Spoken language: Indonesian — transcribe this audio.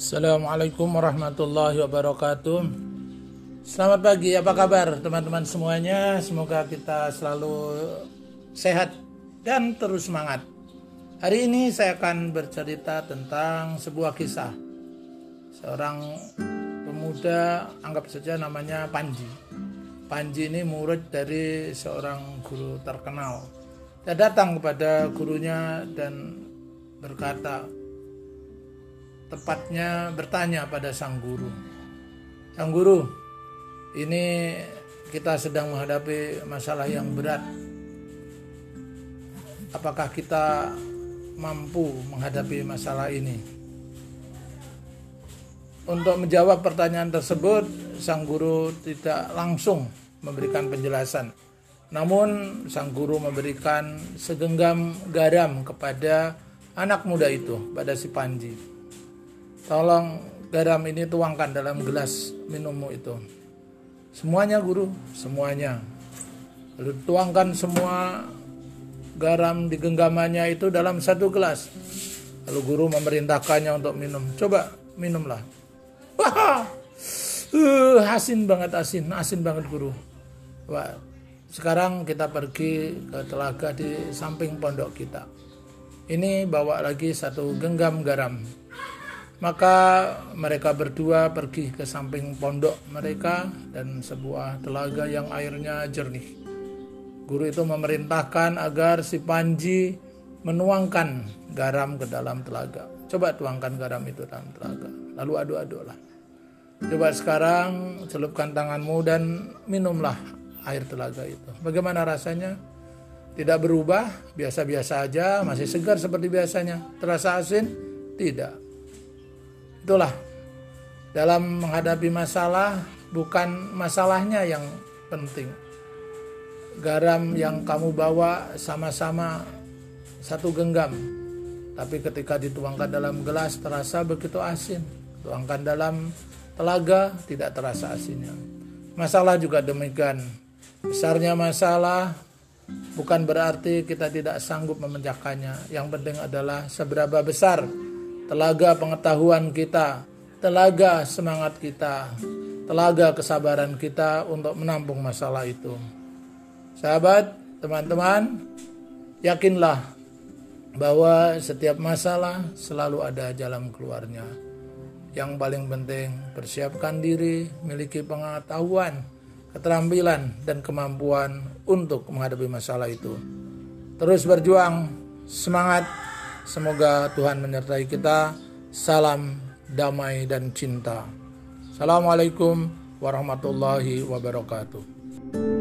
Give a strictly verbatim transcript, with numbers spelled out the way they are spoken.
Assalamualaikum warahmatullahi wabarakatuh. Selamat pagi, apa kabar teman-teman semuanya? Semoga kita selalu sehat dan terus semangat. Hari ini saya akan bercerita tentang sebuah kisah seorang pemuda, anggap saja namanya Panji. Panji ini murid dari seorang guru terkenal. Dia datang kepada gurunya dan berkata, tepatnya bertanya pada sang guru, sang guru, ini kita sedang menghadapi masalah yang berat. Apakah kita mampu menghadapi masalah ini? Untuk menjawab pertanyaan tersebut, sang guru tidak langsung memberikan penjelasan. Namun sang guru memberikan segenggam garam kepada anak muda itu, pada si Panji. Tolong garam ini tuangkan dalam gelas minummu itu. Semuanya guru, semuanya. Lalu tuangkan semua garam di genggamannya itu dalam satu gelas. Lalu guru memerintahkannya untuk minum. Coba minumlah. Wah, uh, asin banget, asin, asin banget guru. Wah, sekarang kita pergi ke telaga di samping pondok kita. Ini bawa lagi satu genggam garam. Maka mereka berdua pergi ke samping pondok mereka dan sebuah telaga yang airnya jernih. Guru itu memerintahkan agar si Panji menuangkan garam ke dalam telaga. Coba tuangkan garam itu dalam telaga. Lalu aduk-aduklah. Coba sekarang celupkan tanganmu dan minumlah air telaga itu. Bagaimana rasanya? Tidak berubah, biasa-biasa aja, masih segar seperti biasanya. Terasa asin? Tidak. Itulah, dalam menghadapi masalah, bukan masalahnya yang penting. Garam yang kamu bawa sama-sama satu genggam, tapi ketika dituangkan dalam gelas terasa begitu asin. Tuangkan dalam telaga tidak terasa asinnya. Masalah juga demikian. Besarnya masalah bukan berarti kita tidak sanggup memecahkannya. Yang penting adalah seberapa besar telaga pengetahuan kita, telaga semangat kita, telaga kesabaran kita untuk menampung masalah itu. Sahabat, teman-teman, yakinlah bahwa setiap masalah selalu ada jalan keluarnya. Yang paling penting, persiapkan diri, miliki pengetahuan, keterampilan, dan kemampuan untuk menghadapi masalah itu. Terus berjuang, semangat. Semoga Tuhan menyertai kita. Salam damai dan cinta. Assalamualaikum warahmatullahi wabarakatuh.